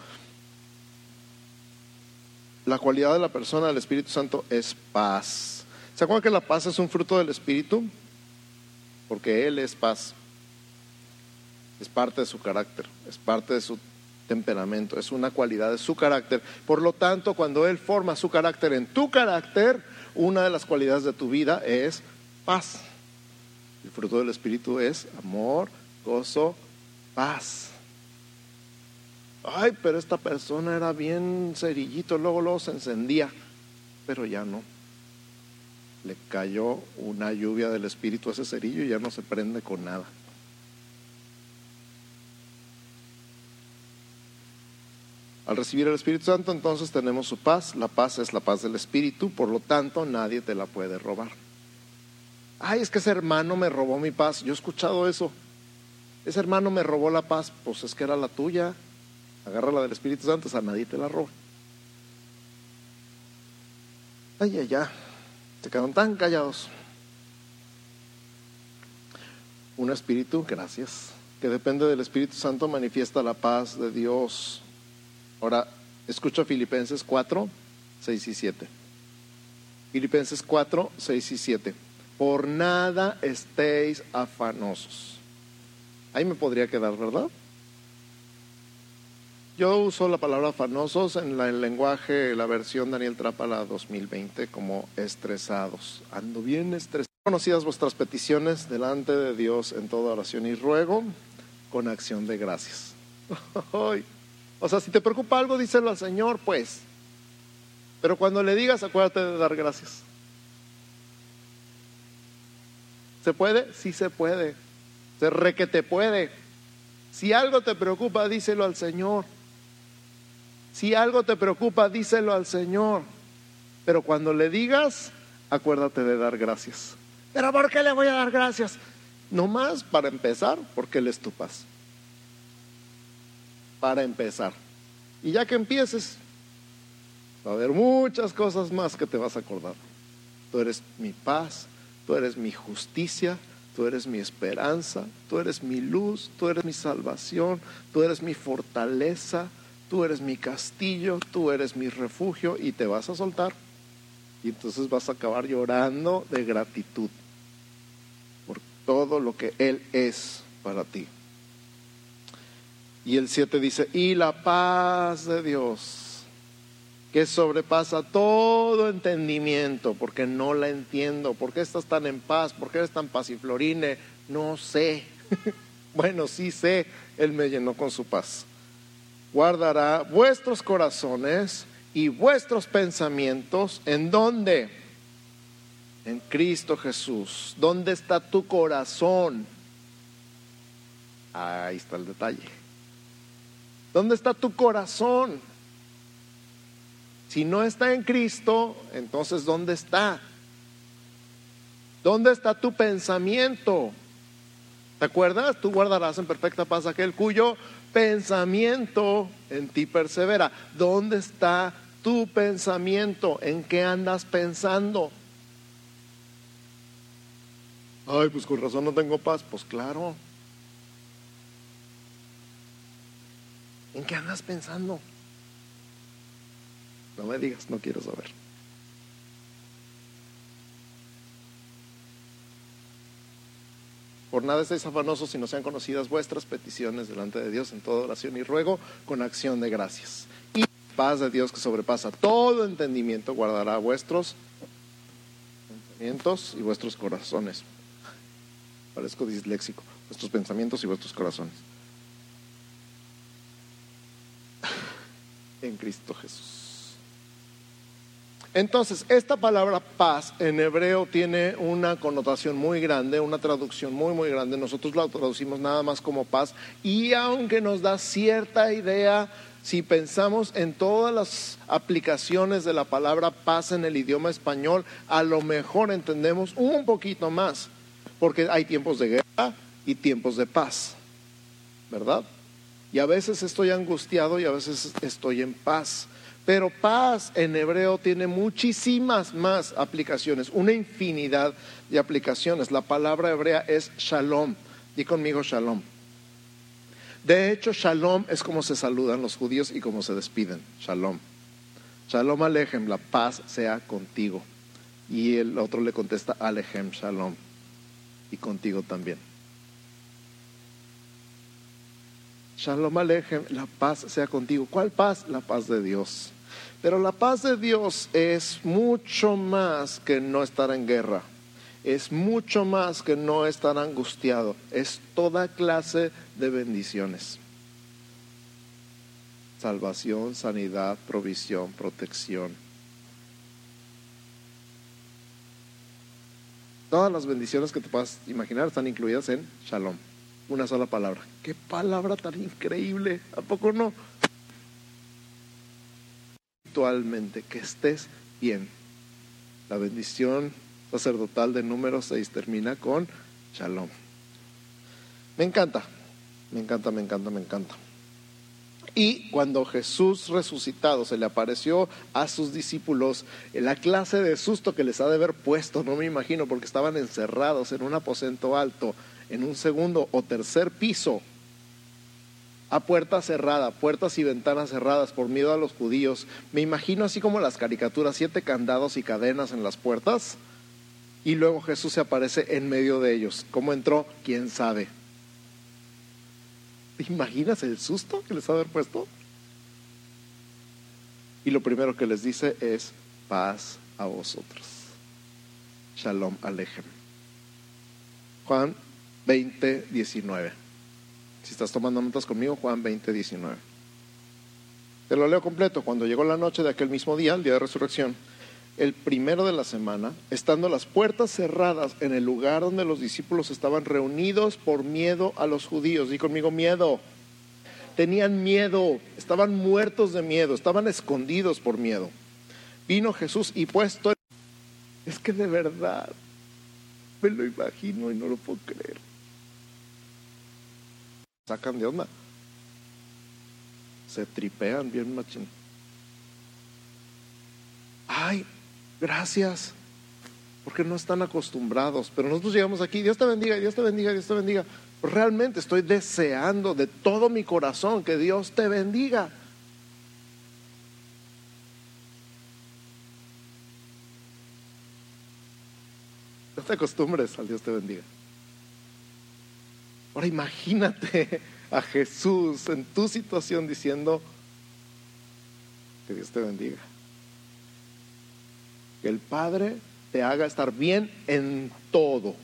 La cualidad de la persona del Espíritu Santo es paz. ¿Se acuerdan que la paz es un fruto del Espíritu? Porque Él es paz. Es parte de su carácter, es parte de su temperamento, es una cualidad de su carácter. Por lo tanto, cuando Él forma su carácter en tu carácter, una de las cualidades de tu vida es paz. El fruto del Espíritu es amor, gozo, paz. Ay, pero esta persona era bien cerillito, luego se encendía, pero ya no. Le cayó una lluvia del Espíritu a ese cerillo y ya no se prende con nada. Al recibir el Espíritu Santo, entonces tenemos su paz. La paz es la paz del Espíritu, por lo tanto nadie te la puede robar. Ay, es que ese hermano me robó mi paz. Yo he escuchado eso. Ese hermano me robó la paz. Pues es que era la tuya. Agarra la del Espíritu Santo, o sea, nadie te la roba. Ay, ay, ay, se quedaron tan callados. Un espíritu, gracias, que depende del Espíritu Santo manifiesta la paz de Dios. Ahora, escucha Filipenses 4, 6 y 7. Filipenses 4, 6 y 7. Por nada estéis afanosos. Ahí me podría quedar, ¿verdad? Yo uso la palabra afanosos en el lenguaje, la versión Daniel Trápala 2020, como estresados. Ando bien estresado. Conocidas vuestras peticiones delante de Dios en toda oración y ruego con acción de gracias. O sea, si te preocupa algo, díselo al Señor, pues. Pero cuando le digas, acuérdate de dar gracias. ¿Se puede? Sí se puede. Se requete puede. Si algo te preocupa, díselo al Señor. Si algo te preocupa, díselo al Señor. Pero cuando le digas, acuérdate de dar gracias. ¿Pero por qué le voy a dar gracias? Nomás para empezar, porque Él es tu paz. Para empezar. Y ya que empieces, va a haber muchas cosas más que te vas a acordar. Tú eres mi paz, tú eres mi justicia, tú eres mi esperanza, tú eres mi luz, tú eres mi salvación, tú eres mi fortaleza, tú eres mi castillo, tú eres mi refugio, y te vas a soltar. Y entonces vas a acabar llorando de gratitud por todo lo que Él es para ti. Y el 7 dice, y la paz de Dios, que sobrepasa todo entendimiento, porque no la entiendo. ¿Por qué estás tan en paz? ¿Por qué eres tan pasiflorine? No sé. Bueno, sí sé, Él me llenó con su paz. Guardará vuestros corazones y vuestros pensamientos, ¿en dónde? En Cristo Jesús. ¿Dónde está tu corazón? Ahí está el detalle. ¿Dónde está tu corazón? Si no está en Cristo, entonces ¿dónde está? ¿Dónde está tu pensamiento? ¿Te acuerdas? Tú guardarás en perfecta paz aquel cuyo pensamiento en ti persevera. ¿Dónde está tu pensamiento? ¿En qué andas pensando? Ay, pues con razón no tengo paz. Pues claro. ¿En qué andas pensando? No me digas, no quiero saber. Por nada estéis afanosos, sino sean conocidas vuestras peticiones delante de Dios en toda oración y ruego con acción de gracias. Y la paz de Dios, que sobrepasa todo entendimiento, guardará vuestros pensamientos y vuestros corazones. Parezco disléxico. Vuestros pensamientos y vuestros corazones. En Cristo Jesús. Entonces, esta palabra paz en hebreo tiene una connotación muy grande, una traducción muy, muy grande. Nosotros la traducimos nada más como paz, y aunque nos da cierta idea, si pensamos en todas las aplicaciones de la palabra paz en el idioma español, a lo mejor entendemos un poquito más, porque hay tiempos de guerra y tiempos de paz, ¿verdad? Y a veces estoy angustiado y a veces estoy en paz. Pero paz en hebreo tiene muchísimas más aplicaciones, una infinidad de aplicaciones. La palabra hebrea es shalom. Di conmigo shalom. De hecho, shalom es como se saludan los judíos y como se despiden. Shalom. Shalom alejem, la paz sea contigo. Y el otro le contesta alejem, shalom. Y contigo también. Shalom alejem, la paz sea contigo. ¿Cuál paz? La paz de Dios. Pero la paz de Dios es mucho más que no estar en guerra. Es mucho más que no estar angustiado. Es toda clase de bendiciones. Salvación, sanidad, provisión, protección. Todas las bendiciones que te puedas imaginar están incluidas en shalom. Una sola palabra. ¡Qué palabra tan increíble! ¿A poco no? Espiritualmente, que estés bien. La bendición sacerdotal de Números 6 termina con shalom. Me encanta, me encanta, me encanta, me encanta. Y cuando Jesús resucitado se le apareció a sus discípulos, la clase de susto que les ha de haber puesto, no me imagino, porque estaban encerrados en un aposento alto, en un segundo o tercer piso, a puerta cerrada, puertas y ventanas cerradas por miedo a los judíos. Me imagino así como las caricaturas, 7 candados y cadenas en las puertas, y luego Jesús se aparece en medio de ellos. ¿Cómo entró? ¿Quién sabe? ¿Te imaginas el susto que les ha de haber puesto? Y lo primero que les dice es: paz a vosotros. Shalom Alejem. Juan 20:19. Si estás tomando notas conmigo, Juan 20:19. Te lo leo completo. Cuando llegó la noche de aquel mismo día, el día de resurrección, el primero de la semana, estando las puertas cerradas en el lugar donde los discípulos estaban reunidos por miedo a los judíos. Di conmigo: miedo. Tenían miedo, estaban muertos de miedo, estaban escondidos por miedo. Vino Jesús y puesto... Es que de verdad me lo imagino y no lo puedo creer. Sacan de onda, se tripean bien machín. Ay, gracias, porque no están acostumbrados. Pero nosotros llegamos aquí: Dios te bendiga, Dios te bendiga, Dios te bendiga. Realmente estoy deseando de todo mi corazón que Dios te bendiga. No te acostumbres al Dios te bendiga. Ahora imagínate a Jesús en tu situación diciendo: que Dios te bendiga. Que el Padre te haga estar bien en todo.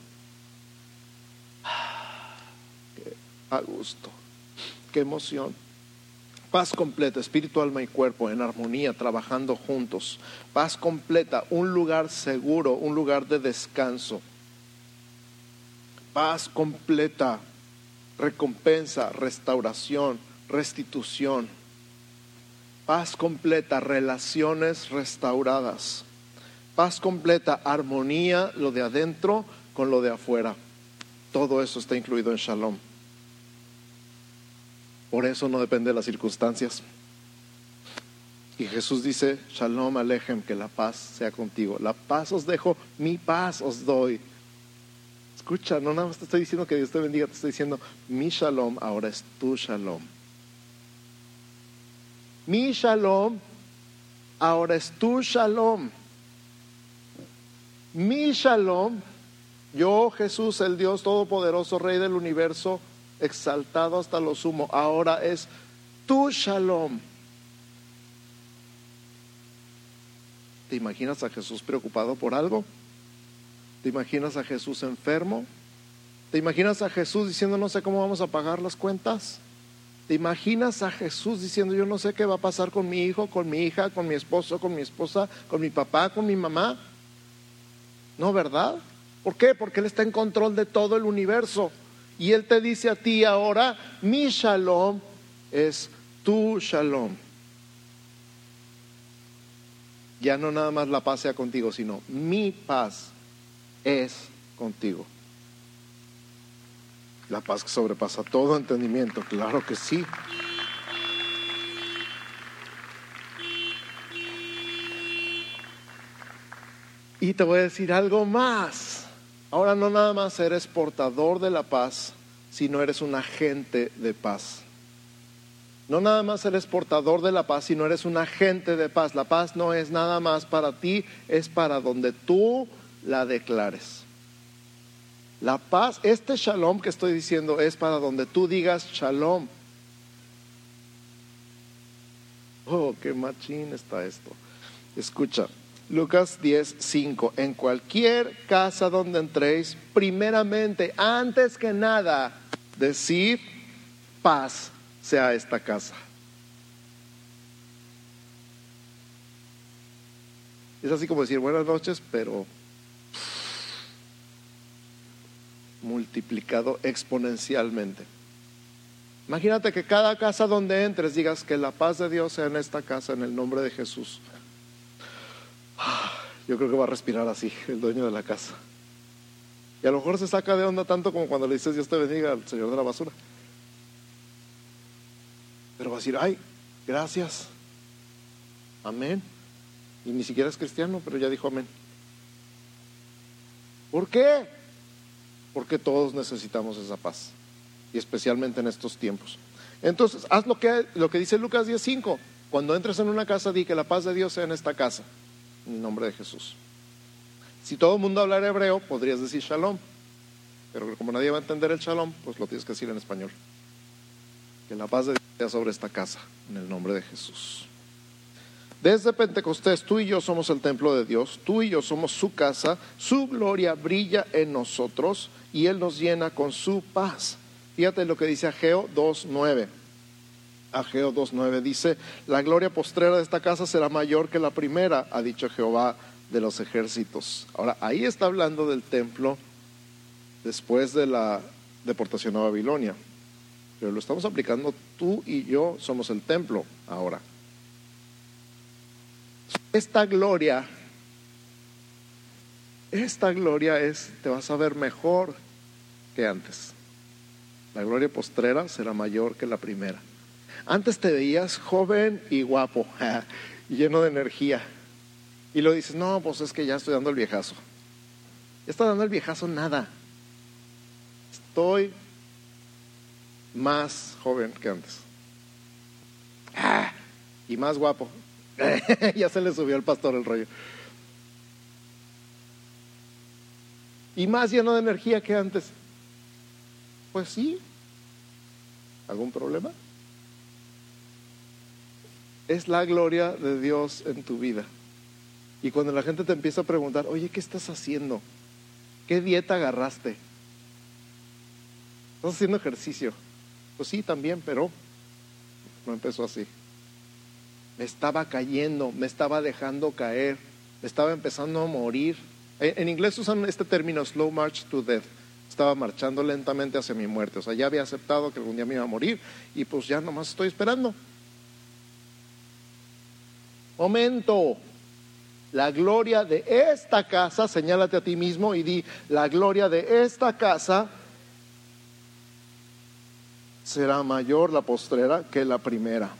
Qué a gusto, qué emoción. Paz completa, espíritu, alma y cuerpo en armonía, trabajando juntos. Paz completa, un lugar seguro, un lugar de descanso. Paz completa, recompensa, restauración, restitución. Paz completa, relaciones restauradas. Paz completa, armonía, lo de adentro con lo de afuera. Todo eso está incluido en Shalom. Por eso no depende de las circunstancias. Y Jesús dice: Shalom Alejem, que la paz sea contigo. La paz os dejo, mi paz os doy. Escucha, no nada más te estoy diciendo que Dios te bendiga, te estoy diciendo: mi Shalom ahora es tu Shalom. Mi Shalom ahora es tu Shalom. Mi Shalom, yo Jesús, el Dios Todopoderoso, Rey del Universo, exaltado hasta lo sumo, ahora es tu Shalom. ¿Te imaginas a Jesús preocupado por algo? ¿Te imaginas a Jesús enfermo? ¿Te imaginas a Jesús diciendo: no sé cómo vamos a pagar las cuentas? ¿Te imaginas a Jesús diciendo: yo no sé qué va a pasar con mi hijo, con mi hija, con mi esposo, con mi esposa, con mi papá, con mi mamá? No, ¿verdad? ¿Por qué? Porque Él está en control de todo el universo. Y Él te dice a ti ahora: mi Shalom es tu Shalom. Ya no nada más la paz sea contigo, sino mi paz es contigo. La paz que sobrepasa todo entendimiento, claro que sí. Y te voy a decir algo más. Ahora no nada más eres portador de la paz, sino eres un agente de paz. No nada más eres portador de la paz, sino eres un agente de paz. La paz no es nada más para ti, es para donde tú la declares. La paz, este Shalom que estoy diciendo, es para donde tú digas Shalom. Oh, qué machín está esto. Escucha, Lucas 10:5. En cualquier casa donde entréis, primeramente, antes que nada, decid: paz sea esta casa. Es así como decir buenas noches, pero multiplicado exponencialmente. Imagínate que cada casa donde entres digas: que la paz de Dios sea en esta casa, en el nombre de Jesús. Yo creo que va a respirar así el dueño de la casa. Y a lo mejor se saca de onda tanto como cuando le dices: Dios te bendiga al señor de la basura. Pero va a decir, ay, gracias, amén. Y ni siquiera es cristiano, pero ya dijo amén. ¿Por qué? Porque todos necesitamos esa paz, y especialmente en estos tiempos. Entonces, haz lo que dice Lucas 10:5. Cuando entres en una casa, di que la paz de Dios sea en esta casa, en el nombre de Jesús. Si todo el mundo hablara hebreo, podrías decir shalom, pero como nadie va a entender el shalom, pues lo tienes que decir en español. Que la paz de Dios sea sobre esta casa, en el nombre de Jesús. Desde Pentecostés, tú y yo somos el templo de Dios, tú y yo somos su casa, su gloria brilla en nosotros y Él nos llena con su paz. Fíjate lo que dice Ageo 2:9. Ageo 2:9 dice, la gloria postrera de esta casa será mayor que la primera, ha dicho Jehová de los ejércitos. Ahora, ahí está hablando del templo después de la deportación a Babilonia, pero lo estamos aplicando, tú y yo somos el templo ahora. Esta gloria te vas a ver mejor que antes. La gloria postrera será mayor que la primera. Antes te veías joven y guapo, lleno de energía, y lo dices, no, pues es que ya estoy dando el viejazo. Ya está dando el viejazo nada. Estoy más joven que antes. Y más guapo. Ya se le subió al pastor el rollo. Y más lleno de energía que antes. Pues sí. ¿Algún problema? Es la gloria de Dios en tu vida. Y cuando la gente te empieza a preguntar, oye, ¿qué estás haciendo? ¿Qué dieta agarraste? ¿Estás haciendo ejercicio? Pues sí, también, pero no empezó así. Me estaba cayendo, me estaba dejando caer, me estaba empezando a morir. En inglés usan este término, slow march to death. Estaba marchando lentamente hacia mi muerte. O sea, ya había aceptado que algún día me iba a morir y pues ya nomás estoy esperando. Momento. La gloria de esta casa, señálate a ti mismo y di, la gloria de esta casa será mayor la postrera que la primera.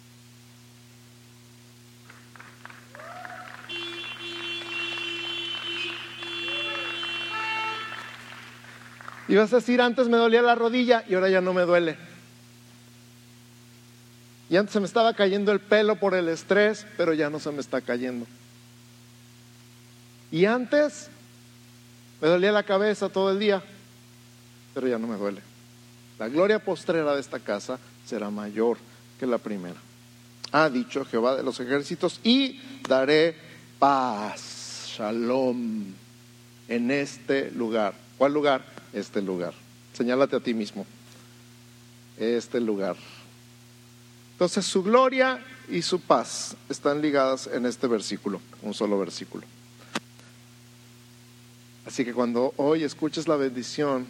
Y vas a decir, antes me dolía la rodilla y ahora ya no me duele. Y antes se me estaba cayendo el pelo por el estrés, pero ya no se me está cayendo. Y antes me dolía la cabeza todo el día, pero ya no me duele. La gloria postrera de esta casa será mayor que la primera. Ha dicho Jehová de los ejércitos, y daré paz, shalom, en este lugar. ¿Cuál lugar? Este lugar. Señálate a ti mismo. Este lugar. Entonces su gloria y su paz están ligadas en este versículo, un solo versículo. Así que cuando hoy escuches la bendición,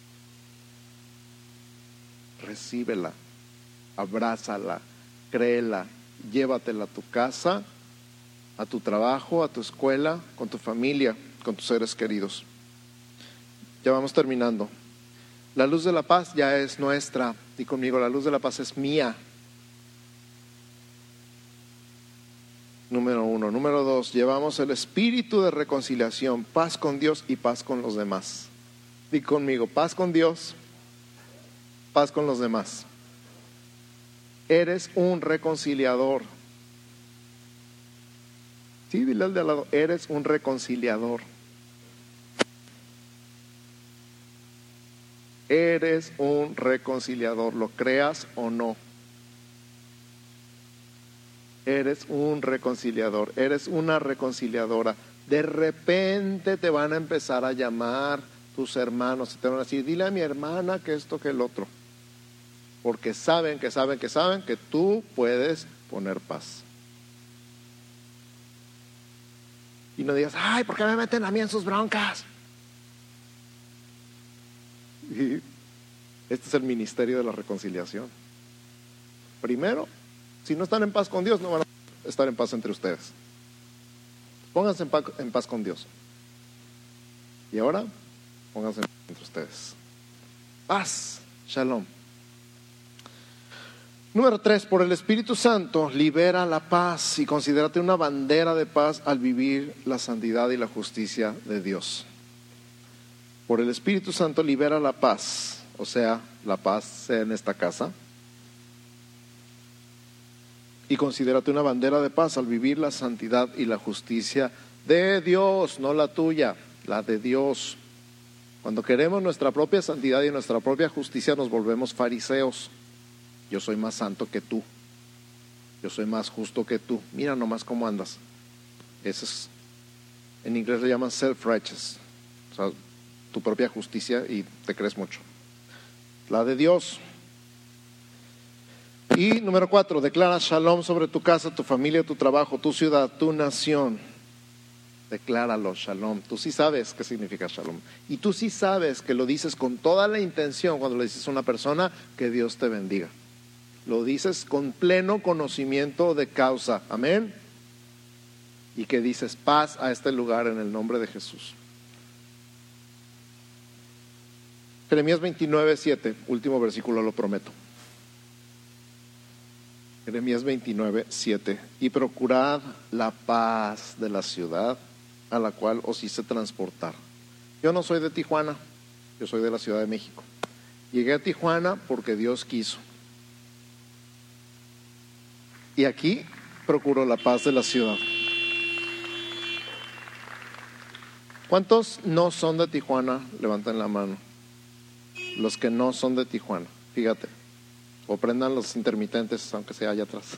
recíbela, abrázala, créela, llévatela a tu casa, a tu trabajo, a tu escuela, con tu familia, con tus seres queridos. Ya vamos terminando. La luz de la paz ya es nuestra. Di conmigo, la luz de la paz es mía. Número 1. Número 2, llevamos el espíritu de reconciliación, paz con Dios y paz con los demás. Di conmigo, paz con Dios, paz con los demás. Eres un reconciliador. Sí, dile al de al lado, eres un reconciliador. Eres un reconciliador, lo creas o no. Eres un reconciliador, eres una reconciliadora. De repente te van a empezar a llamar tus hermanos y te van a decir, dile a mi hermana que esto, que el otro. Porque saben que tú puedes poner paz. Y no digas, ay, ¿por qué me meten a mí en sus broncas? Y este es el ministerio de la reconciliación. Primero, si no están en paz con Dios, no van a estar en paz entre ustedes. Pónganse en paz con Dios. Y ahora, pónganse en paz entre ustedes. Paz, shalom. Número 3, por el Espíritu Santo libera la paz y considérate una bandera de paz al vivir la santidad y la justicia de Dios. Por el Espíritu Santo libera la paz, o sea, la paz sea en esta casa. Y considérate una bandera de paz al vivir la santidad y la justicia de Dios, no la tuya, la de Dios. Cuando queremos nuestra propia santidad y nuestra propia justicia nos volvemos fariseos. Yo soy más santo que tú. Yo soy más justo que tú. Mira nomás cómo andas. Ese es, en inglés le llaman self-righteous. O sea, tu propia justicia y te crees mucho. La de Dios. Y número 4, declara shalom sobre tu casa, tu familia, tu trabajo, tu ciudad, tu nación. Decláralo, shalom. Tú sí sabes qué significa shalom. Y tú sí sabes que lo dices con toda la intención cuando le dices a una persona que Dios te bendiga. Lo dices con pleno conocimiento de causa. Amén. Y que dices paz a este lugar en el nombre de Jesús. Jeremías 29:7, último versículo, lo prometo. Jeremías 29:7. Y procurad la paz de la ciudad a la cual os hice transportar. Yo no soy de Tijuana, yo soy de la Ciudad de México. Llegué a Tijuana porque Dios quiso. Y aquí procuro la paz de la ciudad. ¿Cuántos no son de Tijuana? Levanten la mano. Los que no son de Tijuana, fíjate. O prendan los intermitentes, aunque sea allá atrás.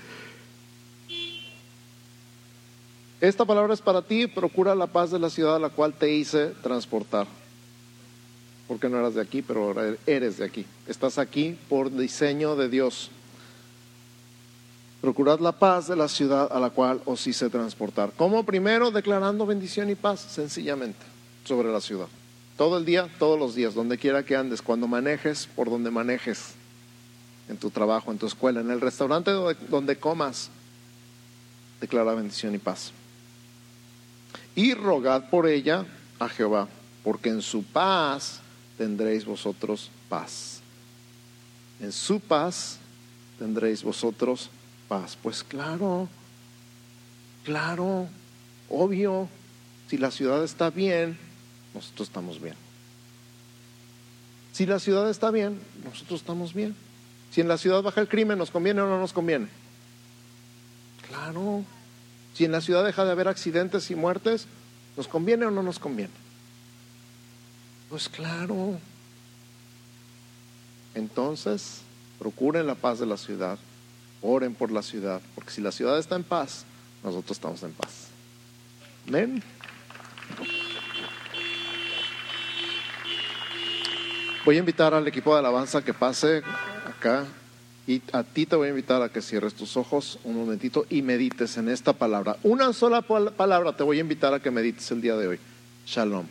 Esta palabra es para ti. Procura la paz de la ciudad a la cual te hice transportar. Porque no eras de aquí, pero ahora eres de aquí. Estás aquí por diseño de Dios. Procurad la paz de la ciudad a la cual os hice transportar. ¿Cómo? Primero declarando bendición y paz, sencillamente, sobre la ciudad. Todo el día, todos los días, donde quiera que andes, cuando manejes, por donde manejes, en tu trabajo, en tu escuela, en el restaurante donde comas, declara bendición y paz. Y rogad por ella a Jehová, porque en su paz tendréis vosotros paz. En su paz tendréis vosotros paz. Pues claro, obvio, si la ciudad está bien, nosotros estamos bien. Si la ciudad está bien, nosotros estamos bien. Si en la ciudad baja el crimen, ¿nos conviene o no nos conviene? Claro. Si en la ciudad deja de haber accidentes y muertes, ¿nos conviene o no nos conviene? Pues claro. Entonces, procuren la paz de la ciudad, oren por la ciudad, porque si la ciudad está en paz, nosotros estamos en paz. Amén. Voy a invitar al equipo de alabanza que pase acá, y a ti te voy a invitar a que cierres tus ojos un momentito y medites en esta palabra. Una sola palabra te voy a invitar a que medites el día de hoy. Shalom.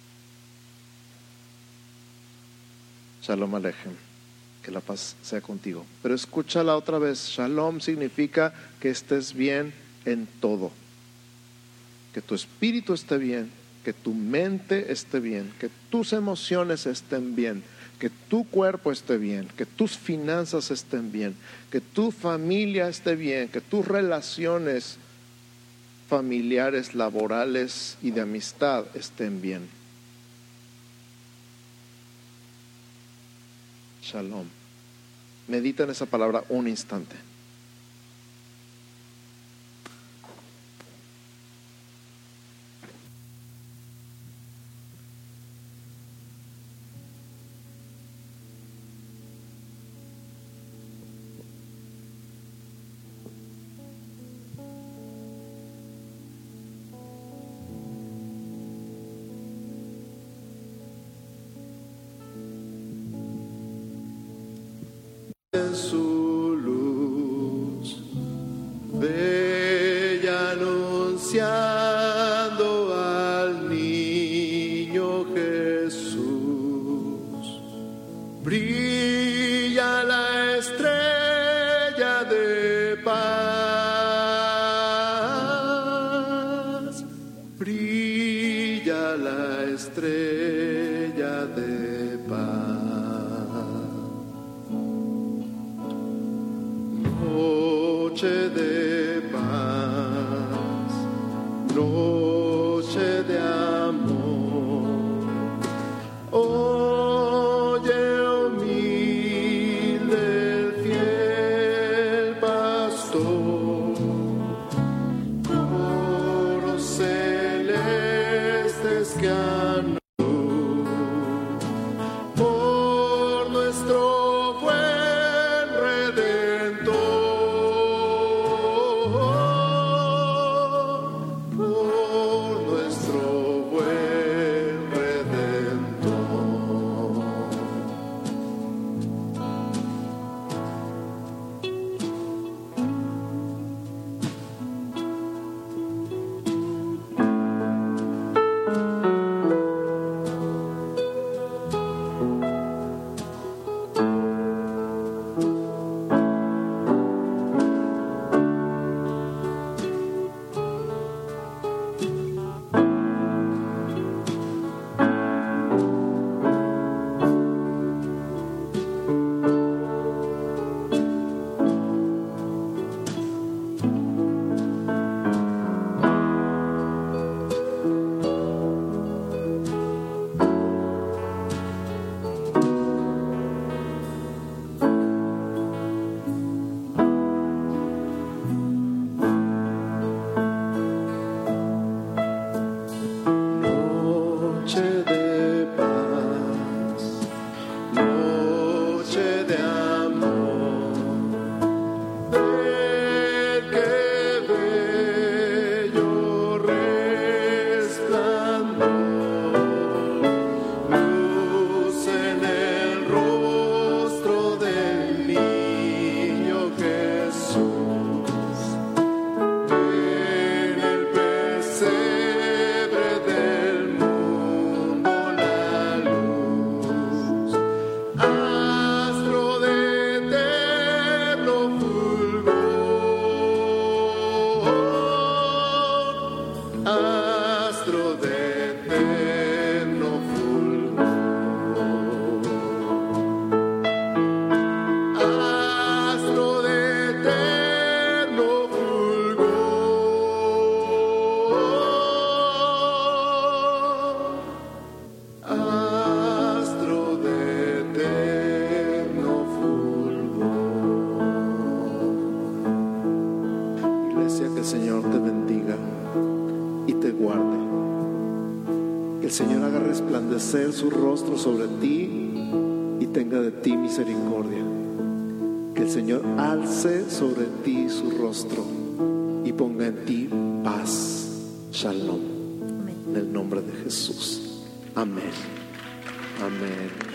Shalom Alejem. Que la paz sea contigo. Pero escúchala otra vez. Shalom significa que estés bien en todo. Que tu espíritu esté bien, que tu mente esté bien, que tus emociones estén bien, que tu cuerpo esté bien, que tus finanzas estén bien, que tu familia esté bien, que tus relaciones familiares, laborales y de amistad estén bien. Shalom. Medita en esa palabra un instante. En su luz, bella anunciando al niño Jesús, brilla la estrella de paz, brilla la estrella de paz. Noche de paz, noche de amor. Oye, humilde el fiel pastor, coros celestes que han por nuestro buen Redentor, por nuestro buen Redentor. Noche de paz, noche de amor, del que bello resplandor, luz en el rostro del niño Jesús, en el pesebre del mundo la luz, astro de eterno fulgor, astro de eterno fulgor, astro de eterno fulgor, astro de eterno fulgor. Iglesia, que el Señor te bendiga y te guarde. Que el Señor haga resplandecer su rostro sobre ti y tenga de ti misericordia. Que el Señor alce sobre ti su rostro y ponga en ti paz. Shalom. En el nombre de Jesús. Amén. Amén.